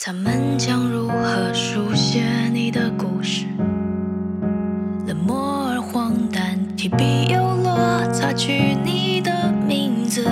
他们将如何书写你的故事？冷漠而荒诞，提笔又落，擦去你的名字。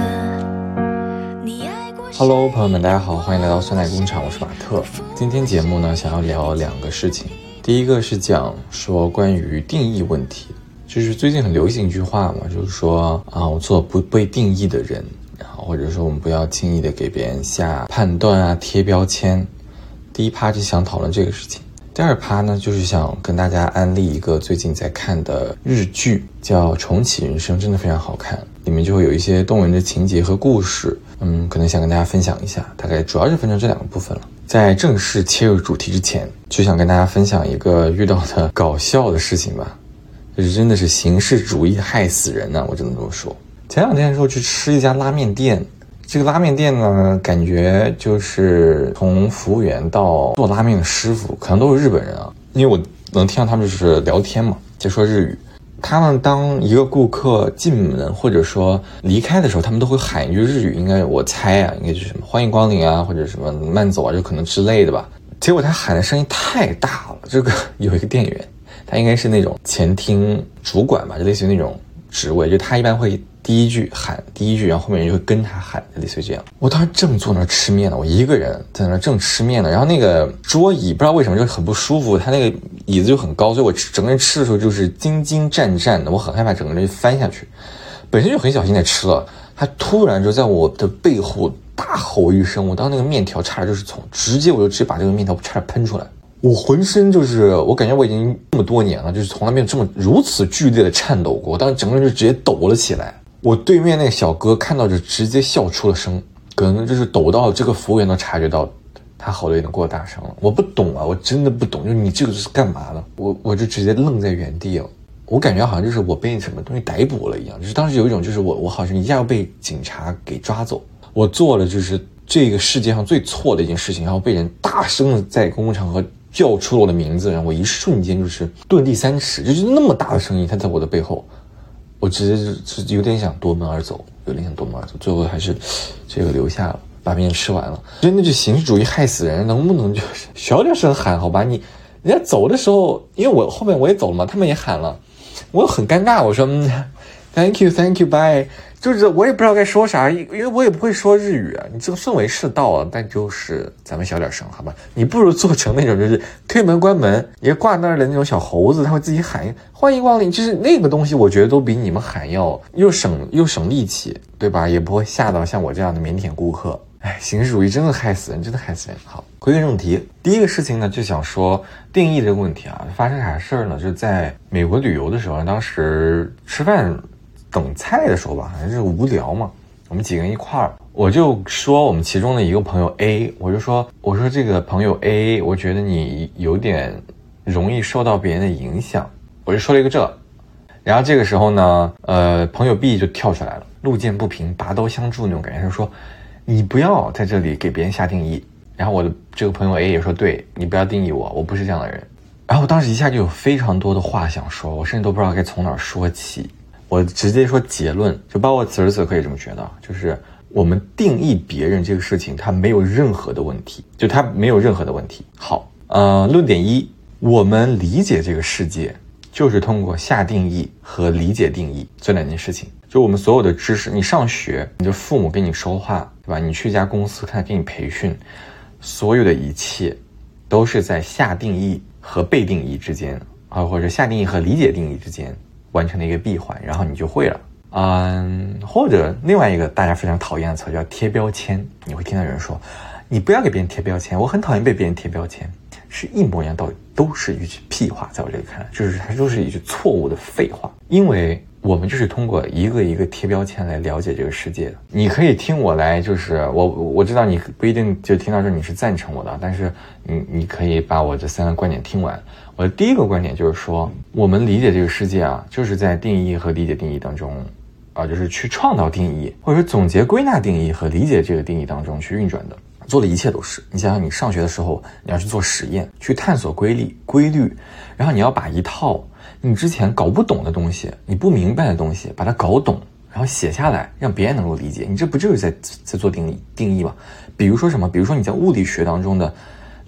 Hello， 朋友们，大家好，欢迎来到酸奶工厂，我是马特。今天节目呢，想要聊两个事情。第一个是讲说关于定义问题，就是最近很流行一句话嘛，就是说我做不被定义的人，然后或者说我们不要轻易的给别人下判断啊、贴标签。第一趴是想讨论这个事情。第二趴呢，就是想跟大家安利一个最近在看的日剧，叫《重启人生》，真的非常好看，里面就会有一些动人的情节和故事，可能想跟大家分享一下，大概主要是分成这两个部分了。在正式切入主题之前，就想跟大家分享一个遇到的搞笑的事情吧，就是真的是形式主义害死人呢，我只能这么说。前两天的时候去吃一家拉面店，这个拉面店呢，感觉就是从服务员到做拉面的师傅可能都是日本人啊，因为我能听到他们就是聊天嘛，就说日语。他们当一个顾客进门或者说离开的时候，他们都会喊一句日语，应该我猜啊，应该就是什么欢迎光临啊，或者什么慢走啊，就可能之类的吧。结果他喊的声音太大了，这个有一个店员，他应该是那种前厅主管吧，就类似于那种职位，就他一般会第一句喊第一句，然后后面人就会跟他喊，类似于这样。我当时正坐那吃面呢，我一个人在那正吃面呢，然后那个桌椅不知道为什么就很不舒服，他那个椅子就很高，所以我整个人吃的时候就是惊惊战战的，我很害怕整个人就翻下去。本身就很小心在吃了，他突然就在我的背后大吼一声，我当那个面条差点就是直接把这个面条差点喷出来。我浑身就是我感觉我已经这么多年了，就是从来没有如此剧烈的颤抖过，我当时整个人就直接抖了起来。我对面那个小哥看到就直接笑出了声，可能就是抖到这个服务员都察觉到他吼得有点过大声了。我不懂啊，我真的不懂，就是你这个是干嘛的？我就直接愣在原地了。我感觉好像就是我被什么东西逮捕了一样，就是当时有一种就是我好像一下要被警察给抓走。我做了就是这个世界上最错的一件事情，然后被人大声的在公共场合叫出了我的名字，然后我一瞬间就是遁地3尺，就是那么大的声音，他在我的背后。我直接就有点想夺门而走，最后还是这个留下了，把面吃完了。真的就形式主义害死人，能不能就是小点声喊好吧？人家走的时候，因为我后面我也走了嘛，他们也喊了，我很尴尬，我说thank you bye， 就是我也不知道该说啥，因为我也不会说日语啊。你这个氛围是到了，但就是咱们小点声好吧？你不如做成那种就是推门关门，也挂那儿的那种小猴子，他会自己喊欢迎光临，就是那个东西，我觉得都比你们喊要又省力气，对吧？也不会吓到像我这样的腼腆顾客。形式主义真的害死人，真的害死人。好，回归正题，第一个事情呢，就想说定义这个问题啊，发生啥事儿呢？就是在美国旅游的时候，当时吃饭等菜的时候吧，好像是无聊嘛，我们几个人一块儿，我就说我们其中的一个朋友 A， 我说这个朋友 A， 我觉得你有点容易受到别人的影响，我就说了一个这，然后这个时候呢，朋友 B 就跳出来了，路见不平拔刀相助那种感觉，他说你不要在这里给别人下定义。然后我的这个朋友 A 也说，对，你不要定义我不是这样的人。然后我当时一下就有非常多的话想说，我甚至都不知道该从哪儿说起。我直接说结论，就包括此时此刻也这么觉得，就是我们定义别人这个事情，它没有任何的问题，就它没有任何的问题。好，论点1，我们理解这个世界就是通过下定义和理解定义这两件事情。就我们所有的知识，你上学，你的父母给你说话，对吧？你去一家公司，他给你培训，所有的一切都是在下定义和被定义之间啊，或者下定义和理解定义之间完成的一个闭环，然后你就会了。或者另外一个大家非常讨厌的词叫贴标签，你会听到有人说你不要给别人贴标签，我很讨厌被别人贴标签，是一模一样道理，都是一句屁话，在我这里看来，就是它都是一句错误的废话。因为我们就是通过一个一个贴标签来了解这个世界的。你可以听我来，就是我知道你不一定就听到这你是赞成我的，但是你可以把我这3个观点听完。我的第一个观点就是说，我们理解这个世界啊，就是在定义和理解定义当中就是去创造定义，或者说总结归纳定义和理解这个定义当中去运转的。做的一切都是，你想想你上学的时候，你要去做实验，去探索规律，然后你要把一套你之前搞不懂的东西，你不明白的东西，把它搞懂，然后写下来，让别人能够理解。你这不就是在做定义吗？比如说什么？比如说你在物理学当中的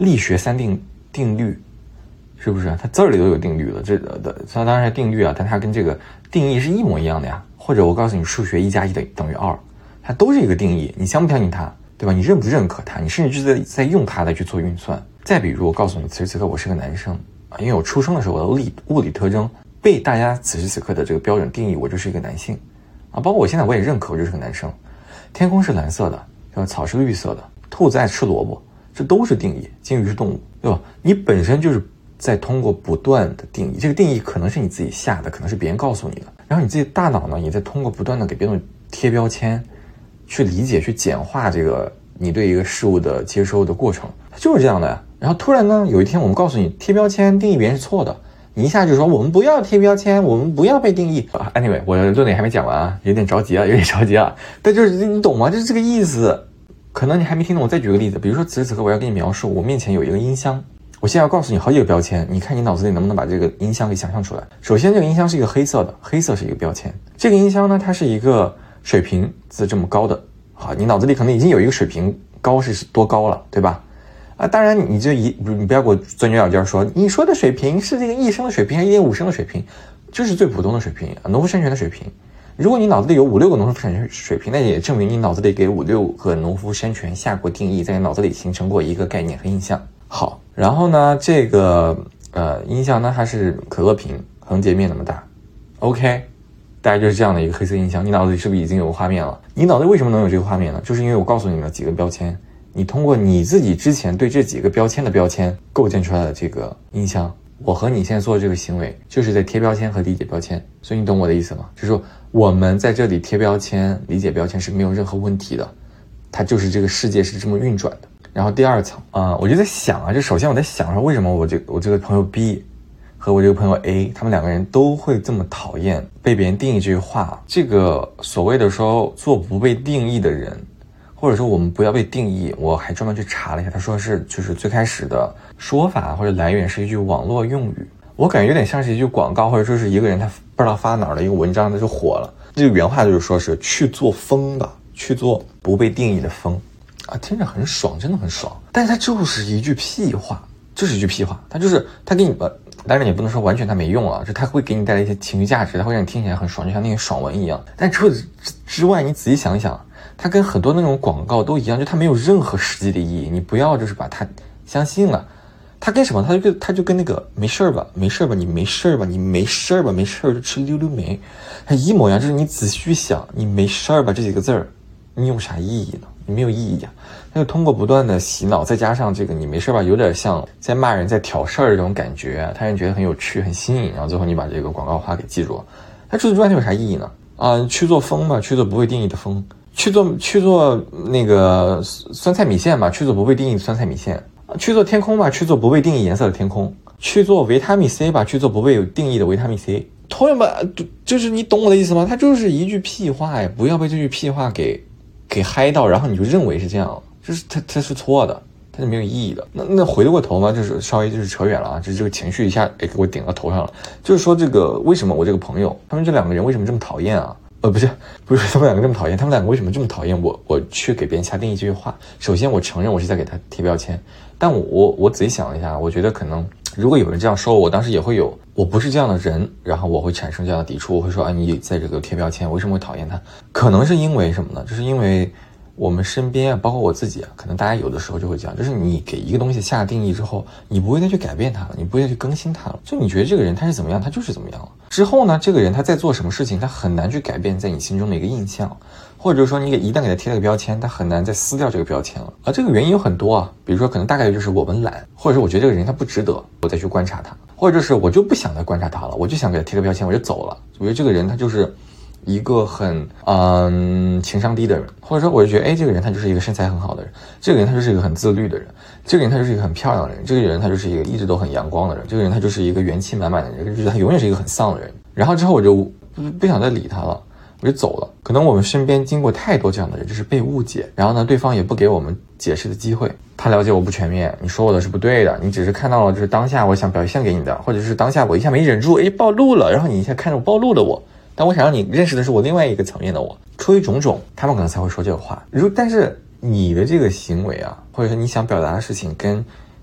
力学定律，是不是？它字儿里都有定律了，它当然是定律啊，但它跟这个定义是一模一样的呀。或者我告诉你数学1+1等于2，它都是一个定义，你相不相信它，对吧？你认不认可它？你甚至是在用它来去做运算。再比如我告诉你，此时此刻我是个男生啊，因为我出生的时候我的物理特征被大家此时此刻的这个标准定义，我就是一个男性啊，包括我现在我也认可我就是个男生。天空是蓝色的，对吧？草是绿色的，兔子爱吃萝卜，这都是定义。金鱼是动物，对吧？你本身就是在通过不断的定义，这个定义可能是你自己下的，可能是别人告诉你的，然后你自己大脑呢也在通过不断的给别人贴标签，去理解去简化这个你对一个事物的接收的过程，它就是这样的呀。然后突然呢有一天我们告诉你贴标签定义别人是错的，你一下就说我们不要贴标签，我们不要被定义。Anyway， 我的论点还没讲完啊，有点着急啊。但就是你懂吗？就是这个意思。可能你还没听懂，我再举个例子，比如说此时此刻我要跟你描述，我面前有一个音箱，我现在要告诉你好几个标签，你看你脑子里能不能把这个音箱给想象出来。首先这个音箱是一个黑色的，黑色是一个标签。这个音箱呢，它是一个水平是这么高的，好，你脑子里可能已经有一个水平高是多高了，对吧？啊，当然你不要给我钻牛角尖说你说的水平是这个1升的水平还是1.5升的水平，就是最普通的水平，农夫山泉的水平。如果你脑子里有5-6个农夫山泉水平，那也证明你脑子里给5-6个农夫山泉下过定义，在你脑子里形成过一个概念和印象。好，然后呢这个音箱呢它是可乐瓶，横截面那么大 OK， 大概就是这样的一个黑色音箱。你脑子里是不是已经有个画面了？你脑子里为什么能有这个画面呢？就是因为我告诉你了几个标签，你通过你自己之前对这几个标签的标签构建出来的这个音箱。我和你现在做的这个行为就是在贴标签和理解标签，所以你懂我的意思吗？就是说我们在这里贴标签理解标签是没有任何问题的，它就是这个世界是这么运转的。然后第二层我就在想啊，就首先我在想说为什么我这个朋友 B 和我这个朋友 A 他们两个人都会这么讨厌被别人定义这句话。这个所谓的说做不被定义的人，或者说我们不要被定义，我还专门去查了一下，他说是就是最开始的说法或者来源是一句网络用语，我感觉有点像是一句广告，或者说是一个人他不知道发哪儿的一个文章，他就火了。这个原话就是说是去做风吧，去做不被定义的风啊，听着很爽，真的很爽。但是它就是一句屁话，就是一句屁话，它就是它给你当然也不能说完全它没用啊，就它会给你带来一些情绪价值，它会让你听起来很爽，就像那些爽文一样。但除此之外，你仔细想一想，它跟很多那种广告都一样，就它没有任何实际的意义。你不要就是把它相信了。它跟什么？它就跟那个没事吧，你没事吧，没事就吃溜溜梅，它一模一样。就是你仔细去想，你没事吧这几个字儿，你有啥意义呢？你没有意义啊。它就通过不断的洗脑，再加上这个你没事吧，有点像在骂人在挑事儿这种感觉，他人觉得很有趣很新颖，然后最后你把这个广告话给记住了。它除此之外有啥意义呢？去做风吧，去做不被定义的风，去做那个酸菜米线吧，去做不被定义的酸菜米线，去做天空吧，去做不被定义颜色的天空，去做维他命 C 吧，去做不被有定义的维他命 C。同样吧，就是你懂我的意思吗？它就是一句屁话呀，不要被这句屁话给嗨到，然后你就认为是这样，就是它是错的，它是没有意义的。那回过头嘛，就是稍微就是扯远了啊，就是这个情绪一下给我顶到头上了。就是说这个为什么我这个朋友他们这两个人为什么这么讨厌啊？不是他们两个这么讨厌，他们两个为什么这么讨厌我去给别人下定义这句话？首先我承认我是在给他贴标签，但我仔细想了一下，我觉得可能如果有人这样说我当时也会有，我不是这样的人，然后我会产生这样的抵触，我会说你在这个贴标签，我为什么会讨厌他？可能是因为什么呢？就是因为我们身边包括我自己可能大家有的时候就会这样，就是你给一个东西下定义之后，你不会再去改变它了，你不会再去更新它了，就你觉得这个人他是怎么样，他就是怎么样了。之后呢，这个人他在做什么事情，他很难去改变在你心中的一个印象，或者说你一旦给他贴了个标签，他很难再撕掉这个标签了。这个原因有很多啊，比如说可能大概就是我们懒，或者说我觉得这个人他不值得我再去观察他，或者是我就不想再观察他了，我就想给他贴个标签我就走了。我觉得这个人他就是一个很情商低的人，或者说我就觉得这个人他就是一个身材很好的人，这个人他就是一个很自律的人，这个人他就是一个很漂亮的人，这个人他就是一个一直都很阳光的人，这个人他就是一个元气满满的人，就是他永远是一个很丧的人。然后之后我就不想再理他了，我就走了。可能我们身边经过太多这样的人，就是被误解，然后呢对方也不给我们解释的机会，他了解我不全面，你说我的是不对的，你只是看到了就是当下我想表现给你的，或者是当下我一下没忍住暴露了，然后你一下看着我暴露了我，但我想让你认识的是我另外一个层面的我，出于种种他们可能才会说这个话。但是你的这个行为啊，或者是你想表达的事情跟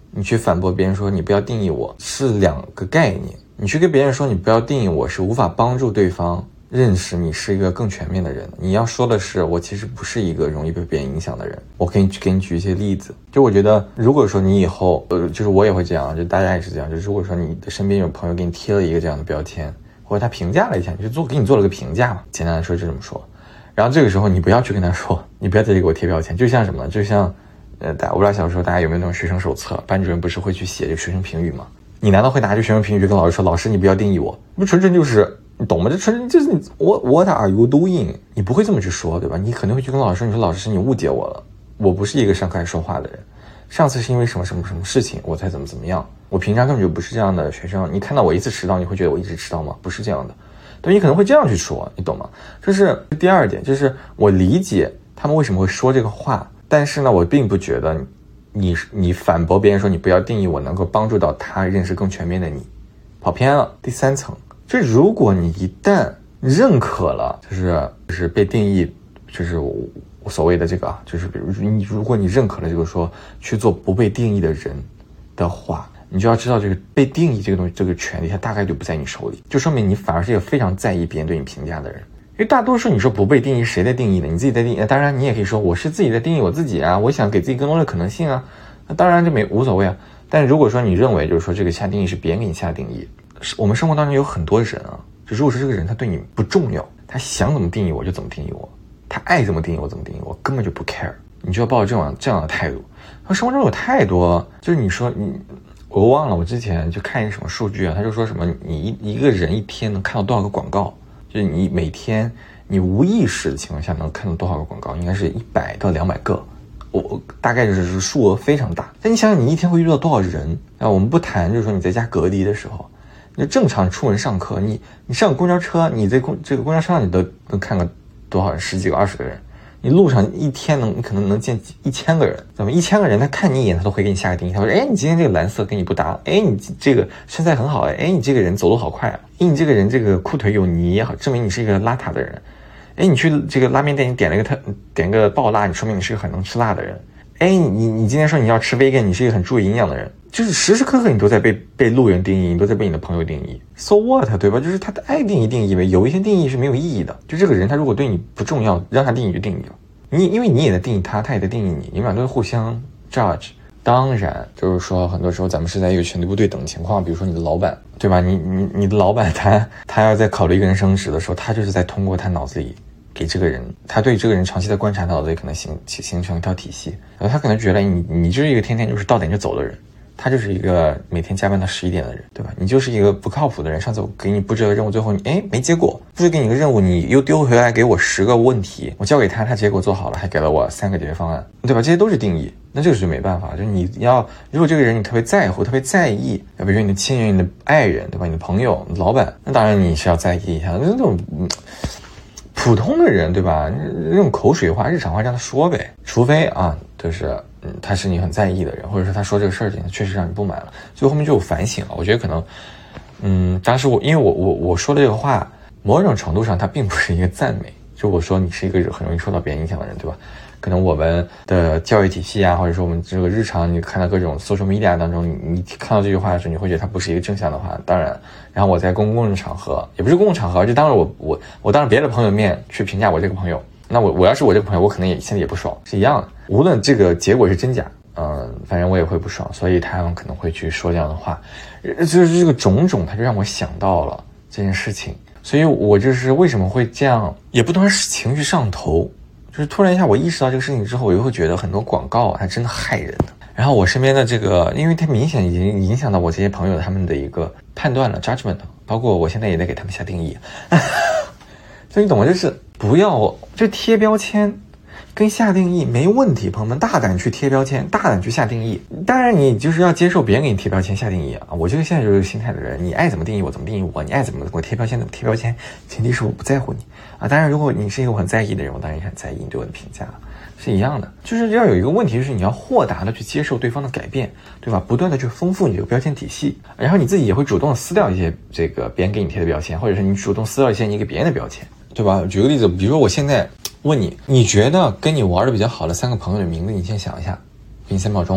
你去反驳别人说你不要定义我，是两个概念。你去跟别人说你不要定义我，是无法帮助对方认识你是一个更全面的人。你要说的是，我其实不是一个容易被别人影响的人。我可以给你举一些例子，就我觉得如果说你以后就是我也会这样，就大家也是这样，就如果说你的身边有朋友给你贴了一个这样的标签，或者他评价了一下，你就给你做了个评价嘛，简单的说就这么说。然后这个时候你不要去跟他说你不要在这里给我贴标签，就像什么呢？就像我不知道小时候大家有没有那种学生手册，班主任不是会去写这个学生评语吗？你难道会拿着学生评语跟老师说，老师你不要定义我？不纯纯就是你懂吗？这纯纯就是你what are you doing？ 你不会这么去说，对吧？你肯定会去跟老师说，你说老师你误解我了，我不是一个上课爱说话的人，上次是因为什么事情我才怎么样，我平常根本就不是这样的学生。你看到我一次迟到，你会觉得我一直迟到吗？不是这样的。对，你可能会这样去说，你懂吗？这是第二点，就是我理解他们为什么会说这个话，但是呢，我并不觉得你反驳别人说你不要定义我能够帮助到他认识更全面的你，跑偏了。第三层，就是如果你一旦认可了，就是被定义，就是我所谓的这个就是比如如果你认可了这个说去做不被定义的人的话，你就要知道这个被定义这个东西，这个权利它大概就不在你手里，就说明你反而是一个非常在意别人对你评价的人。因为大多数你说不被定义，谁在定义呢？你自己在定义。当然你也可以说我是自己在定义我自己啊，我想给自己更多的可能性啊，那当然这无所谓啊。但如果说你认为就是说这个下定义是别人给你下定义，我们生活当中有很多人啊，就如果说这个人他对你不重要，他想怎么定义我就怎么定义我，他爱怎么定义我怎么定义我，根本就不 care， 你就要抱着这样的态度。生活中有太多，就是你说我忘了我之前就看一个什么数据啊，他就说什么你一个人一天能看到多少个广告，就是你每天你无意识的情况下能看到多少个广告，应该是100到200个，我大概就是数额非常大。但你想想你一天会遇到多少人啊？我们不谈就是说你在家隔离的时候，你正常出门上课，你上公交车，你在这个公交车上你都能看个多少人，10几个20个人，你路上一天你可能能见1000个人，怎么1000个人他看你一眼他都会给你下个定义，他说哎你今天这个蓝色跟你不搭，哎你这个身材很好，哎你这个人走路好快啊，哎你这个人这个裤腿有泥也好，证明你是一个邋遢的人，哎你去这个拉面店你点个爆辣，你说明你是个很能吃辣的人，哎你今天说你要吃 vegan， 你是一个很注意营养的人，就是时时刻刻你都在被路人定义，你都在被你的朋友定义。 So what， 对吧？就是他的爱定义呗，有一些定义是没有意义的，就这个人他如果对你不重要，让他定义就定义了，因为你也在定义他，他也在定义你，你们俩都是互相 judge。 当然就是说很多时候咱们是在一个权力不对等的情况，比如说你的老板，对吧？你的老板他要在考虑一个人升职的时候，他就是在通过他脑子里给这个人，他对这个人长期的观察，脑子里可能形成一套体系，然后他可能觉得你就是一个天天就是到点就走的人，他就是一个每天加班到11点的人，对吧？你就是一个不靠谱的人。上次我给你布置了任务，最后你没结果，布置给你一个任务，你又丢回来给我10个问题，我交给他结果做好了，还给了我3个解决方案，对吧？这些都是定义，那这个就没办法。就是你要，如果这个人你特别在乎特别在意，比如说你的亲人你的爱人，对吧？你的朋友你的老板，那当然你是要在意一下。那种普通的人，对吧？用口水话日常话让他说呗，除非就是他是你很在意的人，或者说他说这个事儿确实让你不满了，所以后面就有反省了。我觉得可能当时因为我说的这个话某种程度上它并不是一个赞美，就我说你是一个很容易受到别人影响的人，对吧？可能我们的教育体系啊，或者说我们这个日常你看到各种 social media 当中，你看到这句话的时候，你会觉得它不是一个正向的话。当然然后我在公共场合，也不是公共场合，就当着我当着别的朋友面去评价我这个朋友，那我要是我这个朋友，我可能现在也不爽，是一样的。无论这个结果是真假，反正我也会不爽，所以他们可能会去说这样的话。就是这个种种，他就让我想到了这件事情，所以我就是为什么会这样，也不能是情绪上头，就是突然一下我意识到这个事情之后，我又会觉得很多广告它真的害人的。然后我身边的这个，因为它明显已经影响到我这些朋友他们的一个判断了 judgment， 包括我现在也在给他们下定义。所以你懂吗？就是不要就贴标签跟下定义没问题，朋友们大胆去贴标签，大胆去下定义。当然你就是要接受别人给你贴标签下定义啊！我这个现在就是心态的人，你爱怎么定义我怎么定义我，你爱怎么给我贴标签怎么贴标签，前提是我不在乎你啊！当然如果你是一个我很在意的人，我当然也很在意你对我的评价，是一样的。就是要有一个问题，就是你要豁达的去接受对方的改变，对吧？不断的去丰富你这个标签体系，然后你自己也会主动撕掉一些这个别人给你贴的标签，或者是你主动撕掉一些你给别人的标签，对吧？举个例子，比如说我现在问你觉得跟你玩的比较好的3个朋友的名字，你先想一下，给你3秒钟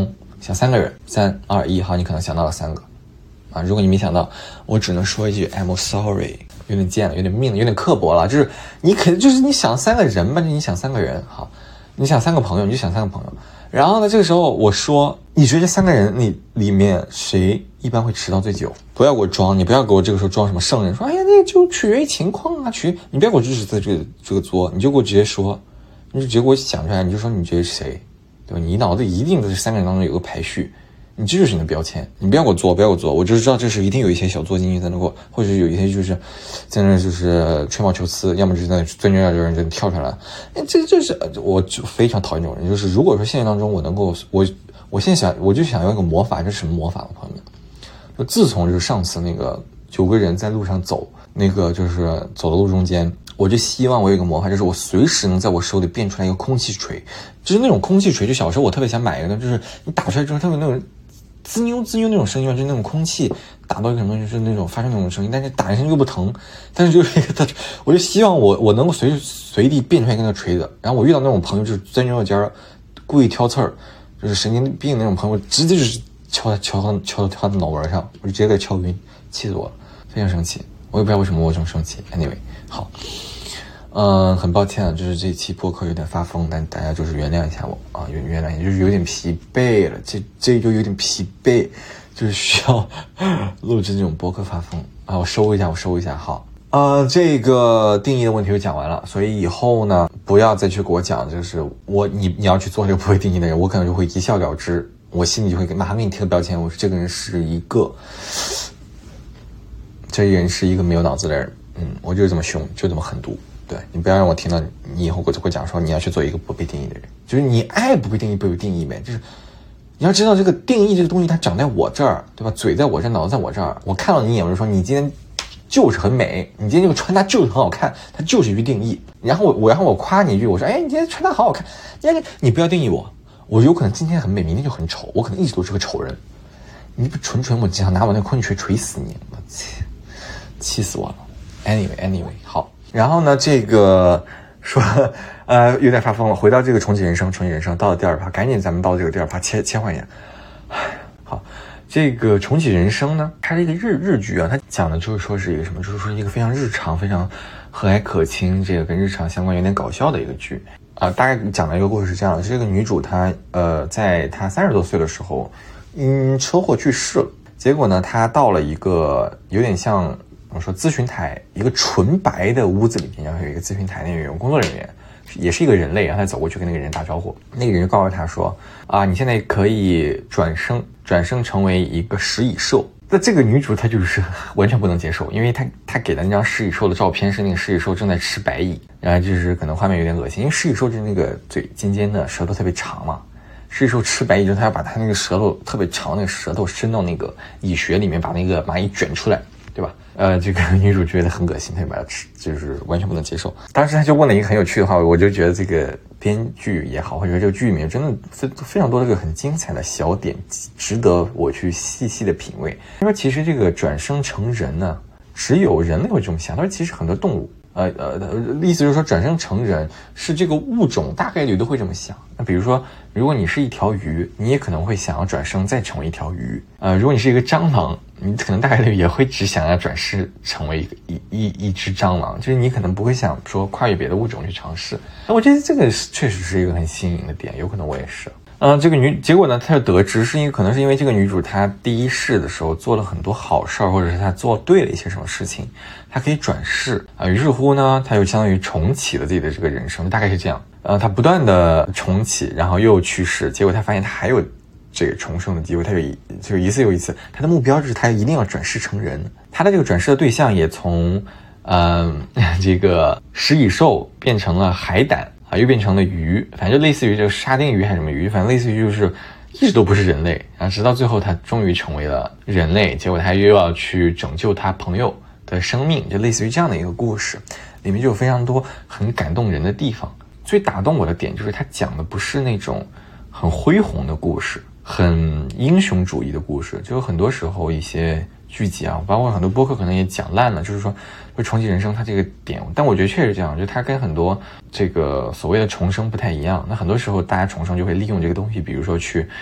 想3个人，3、2、1，好，你可能想到了3个啊。如果你没想到，我只能说一句 I'm sorry， 有点贱了，有点命了，有点刻薄了。就是你肯就是你想3个人吧，你想3个人，好，你想3个朋友，你就想3个朋友。然后呢，这个时候我说，你觉得这3个人里面谁一般会迟到最久？不要给我装，你不要给我这个时候装什么圣人，说哎呀，那就取决于情况啊，你不要给我支持这个作，你就给我直接说，你就直接给我想出来，你就说你觉得是谁，对吧？你脑子一定在这3个人当中有个排序，你这就是你的标签，你不要给我做，不要给我做，我就知道这是一定有一些小作精在那过，或者有一些就是在那就是吹毛求疵，要么就是在钻牛角尖的人就跳出来，这就是我就非常讨厌这种人。就是如果说现实当中我能够我现在我就想要一个魔法，这是什么魔法呢，朋友们？就自从就是上次那个9个人在路上走，那个就是走的路中间，我就希望我有一个魔法，就是我随时能在我手里变出来一个空气锤，就是那种空气锤，就小时候我特别想买一个，就是你打出来之后它有那种滋溜滋溜那种声音，就是那种空气打到一个什么，就是那种发出那种声音，但是打一声又不疼，但是就是一个我就希望我能够随地变出来一个那个锤子，然后我遇到那种朋友就是钻牛角尖故意挑刺儿，就是神经病那种朋友，直接就是敲到他的脑门上，我就直接给他敲晕，气死我了，非常生气，我也不知道为什么我这么生气。Anyway， 好，很抱歉啊，就是这期播客有点发疯，但大家就是原谅一下我啊，原谅一下，就是有点疲惫了，这就有点疲惫，就是需要录制这种播客发疯啊，我收一下，好。这个定义的问题就讲完了，所以以后呢，不要再去给我讲，就是你要去做这个不会定义的人，我可能就会一笑了之，我心里就会马上给你贴个标签，我说这个人是一个没有脑子的人，我就是这么凶，就这么狠毒，对，你不要让我听到你以后会讲说你要去做一个不被定义的人，就是你爱不被定义不被定义呗，就是你要知道这个定义这个东西它长在我这儿，对吧？嘴在我这儿，脑子在我这儿，我看到你一眼我就说你今天就是很美，你今天这个穿搭就是很好看，它就是一句定义。然后我夸你一句，我说，哎，你今天穿搭好好看。你不要定义我有可能今天很美，明天就很丑，我可能一直都是个丑人。你不纯我只想拿我那个空气锤锤死你，我气死我了。Anyway， 好。然后呢，这个说有点发疯了，回到这个重启人生，到了第2趴，赶紧咱们到这个第2趴切换一下。好。这个重启人生呢，它是一个日剧啊，它讲的就是说是一个什么，就是说一个非常日常、非常和蔼可亲，这个跟日常相关、有点搞笑的一个剧啊。大概讲的一个故事是这样的：这个女主她在她30多岁的时候，因车祸去世了。结果呢，她到了一个有点像我说咨询台，一个纯白的屋子里面，然后有一个咨询台，那边有工作人员。也是一个人类，然后他走过去跟那个人打招呼，那个人就告诉他说啊，你现在可以转生成为一个食蚁兽。那这个女主她就是完全不能接受，因为她给的那张食蚁兽的照片是那个食蚁兽正在吃白蚁，然后就是可能画面有点恶心，因为食蚁兽就是那个嘴尖尖的，舌头特别长嘛。食蚁兽吃白蚁就是他要把他那个舌头特别长那个舌头伸到那个蚁穴里面，把那个蚂蚁卷出来，对吧？这个女主觉得很恶心，她就把它吃，就是完全不能接受。当时她就问了一个很有趣的话，我就觉得这个编剧也好，或者说这个剧里面真的非常多这个很精彩的小点，值得我去细细的品味。他说其实这个转生成人呢，只有人类会这么想，他说其实很多动物意思就是说转生成人是这个物种大概率都会这么想。那比如说如果你是一条鱼，你也可能会想要转生再成为一条鱼，如果你是一个蟑螂，你可能大概率也会只想要转世成为一只蟑螂，就是你可能不会想说跨越别的物种去尝试。那我觉得这个确实是一个很新颖的点，有可能我也是。这个结果呢，他就得知可能是因为这个女主她第一世的时候做了很多好事儿，或者是她做对了一些什么事情，她可以转世啊。于是乎呢，她又相当于重启了自己的这个人生，大概是这样。她不断的重启，然后又去世，结果她发现她还有这个重生的机会，她就一次又一次。她的目标就是她一定要转世成人。她的这个转世的对象也从这个食蚁兽变成了海胆。又变成了鱼，反正就类似于这个沙丁鱼还是什么鱼，反正类似于就是一直都不是人类，然后直到最后他终于成为了人类，结果他又要去拯救他朋友的生命，就类似于这样的一个故事，里面就有非常多很感动人的地方。最打动我的点就是他讲的不是那种很恢宏的故事，很英雄主义的故事，就有很多时候一些剧集啊，包括很多播客可能也讲烂了，就是说就重启人生它这个点，但我觉得确实这样，就它跟很多这个所谓的重生不太一样。那很多时候大家重生就会利用这个东西，比如说去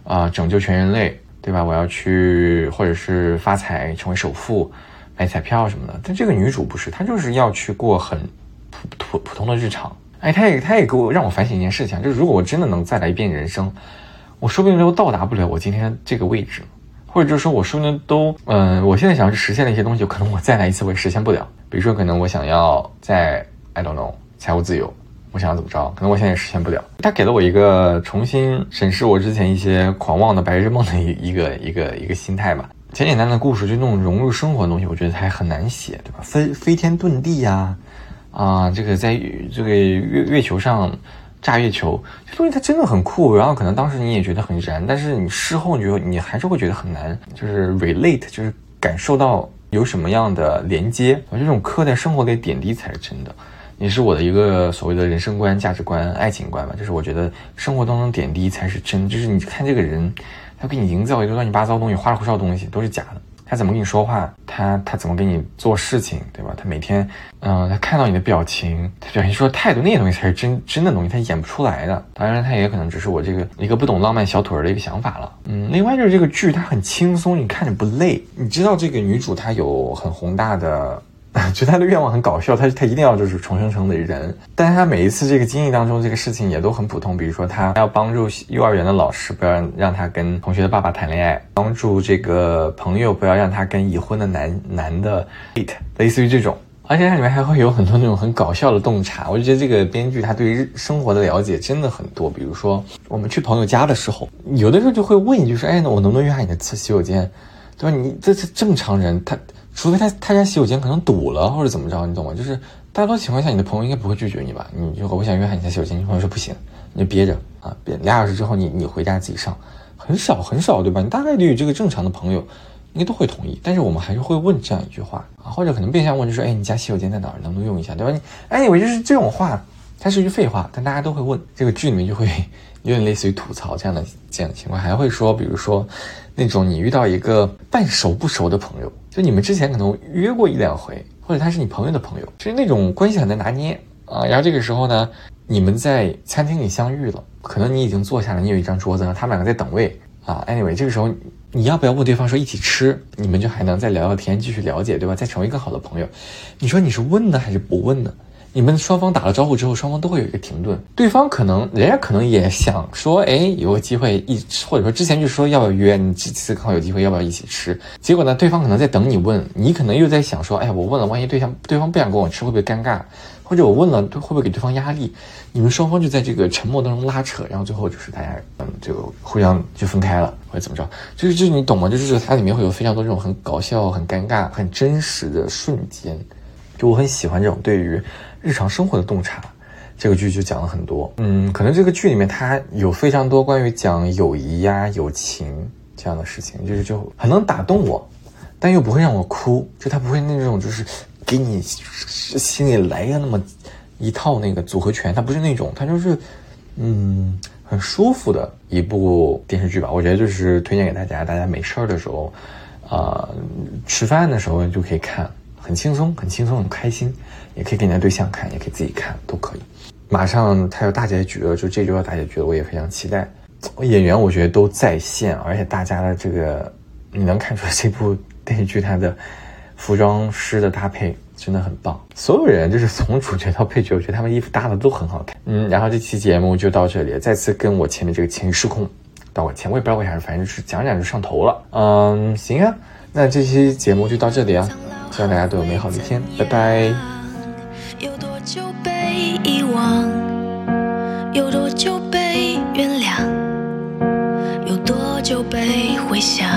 拯救全人类，对吧？我要去或者是发财成为首富，买彩票什么的。但这个女主不是，她就是要去过很普通的日常。她也让我反省一件事情，就是如果我真的能再来一遍人生，我说不定都到达不了我今天这个位置，或者就是说我说不定都我现在想要去实现的一些东西，可能我再来一次我也实现不了。比如说可能我想要在 I don't know 财务自由，我想要怎么着，可能我现在也实现不了。他给了我一个重新审视我之前一些狂妄的白日梦的一个心态吧。简单的故事，就那种融入生活的东西，我觉得还很难写，对吧？飞天遁地呀，这个在这个月球上炸月球，这东西它真的很酷。然后可能当时你也觉得很燃，但是你事后你还是会觉得很难，就是 relate， 就是感受到有什么样的连接。这种刻在生活里的点滴才是真的。也是我的一个所谓的人生观、价值观、爱情观吧，就是我觉得生活当中点滴才是真，就是你看这个人，他给你营造一个乱七八糟东西、花里胡哨的东西都是假的。他怎么跟你说话，他怎么跟你做事情，对吧？他每天，他看到你的表情，他表现出的态度，那些东西才是真的东西，他演不出来的。当然，他也可能只是我这个一个不懂浪漫小腿的一个想法了。另外就是这个剧它很轻松，你看着不累。你知道这个女主她有很宏大的。觉得他的愿望很搞笑，他一定要就是重生成为人，但是他每一次这个经历当中这个事情也都很普通。比如说他要帮助幼儿园的老师不要让他跟同学的爸爸谈恋爱，帮助这个朋友不要让他跟已婚的男的 date， 类似于这种。而且它里面还会有很多那种很搞笑的洞察，我就觉得这个编剧他对于生活的了解真的很多。比如说我们去朋友家的时候，有的时候就会问一句说，那我能不能约下你的洗手间，对吧？你这是正常人，除非他家洗手间可能堵了或者怎么着，你懂吗？就是大多情况下你的朋友应该不会拒绝你吧？你如果我想约翰你下洗手间，你朋友说不行，你就憋着啊，憋2小时之后你回家自己上，很少对吧？你大概率这个正常的朋友应该都会同意，但是我们还是会问这样一句话啊，或者可能变相问就是你家洗手间在哪儿，能不能用一下，对吧？以为就是这种话，它是一句废话，但大家都会问。这个剧里面就会有点类似于吐槽这样的情况，还会说，比如说那种你遇到一个半熟不熟的朋友，就你们之前可能约过1-2回，或者他是你朋友的朋友，就是那种关系很难拿捏啊。然后这个时候呢，你们在餐厅里相遇了，可能你已经坐下了，你有一张桌子，然后他们2个在等位啊。anyway， 这个时候你要不要问对方说一起吃？你们就还能再聊聊天，继续了解，对吧？再成为更好的朋友。你说你是问呢还是不问呢？你们双方打了招呼之后，双方都会有一个停顿，对方人家可能也想说，有个机会或者说之前就说要不要约，你这次刚好有机会要不要一起吃？结果呢，对方可能在等你问，你可能又在想说，我问了，万一对方不想跟我吃，会不会尴尬？或者我问了，会不会给对方压力？你们双方就在这个沉默当中拉扯，然后最后就是大家就互相就分开了，或者怎么着？就是你懂吗？就是它里面会有非常多这种很搞笑、很尴尬、很真实的瞬间。就我很喜欢这种对于日常生活的洞察，这个剧就讲了很多。可能这个剧里面它有非常多关于讲友谊呀、友情这样的事情，就很能打动我，但又不会让我哭，就它不会那种就是给你心里来个那么一套那个组合拳，它不是那种，它就是很舒服的一部电视剧吧。我觉得就是推荐给大家没事的时候吃饭的时候就可以看，很轻松很开心，也可以给你的对象看，也可以自己看，都可以。马上它有大结局了，就这周要大结局了，我也非常期待。演员我觉得都在线，而且大家的这个你能看出来这部电视剧它的服装师的搭配真的很棒，所有人就是从主角到配角，我觉得他们衣服搭的都很好看。然后这期节目就到这里，再次跟我前面这个情绪失控道个歉，我也不知道为啥，反正就是讲就上头了。行啊，那这期节目就到这里啊，希望大家都有美好的一天，拜拜。 有多久被遗忘，有多久被原谅，有多久被回想，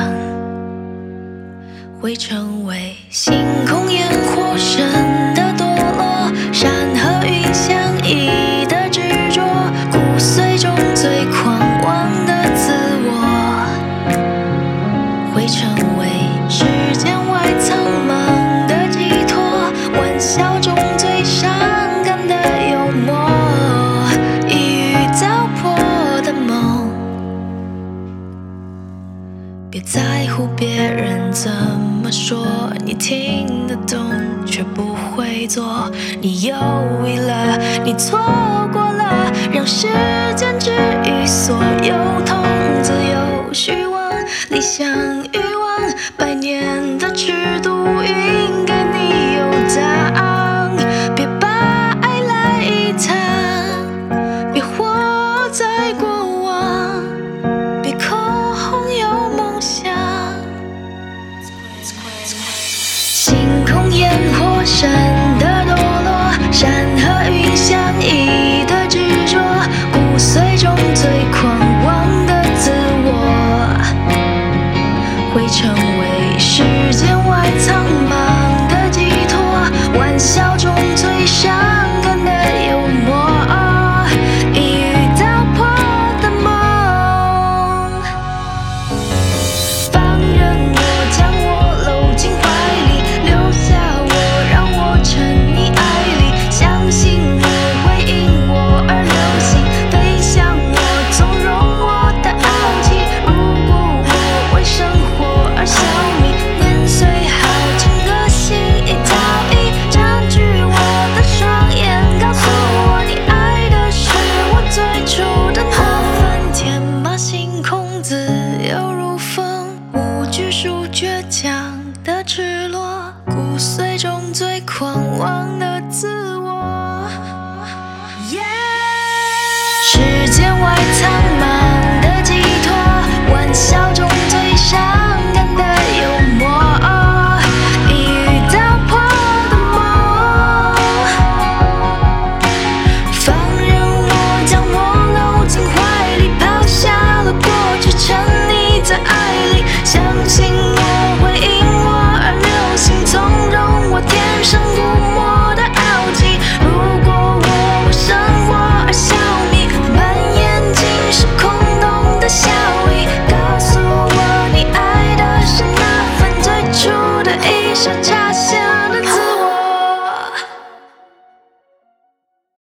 会成为星空焰火神的堕落，山和云相依的执着，骨髓中最狂妄的自我，会成为时间外苍茫的寄托，玩笑中最伤感的幽默，一语道破的梦。别在乎别人怎么说，你听得懂却不会做，你犹豫了，你错过了，让时间治愈所有痛，自由虚妄，理想欲望，百年的尺度应该你有答案。别把爱来一趟，别活在过往，别口红有梦想。星空焰火山的堕落，山和云相依的执着，骨髓中最狂妄的自我，会成为时间外苍茫的寄托。玩笑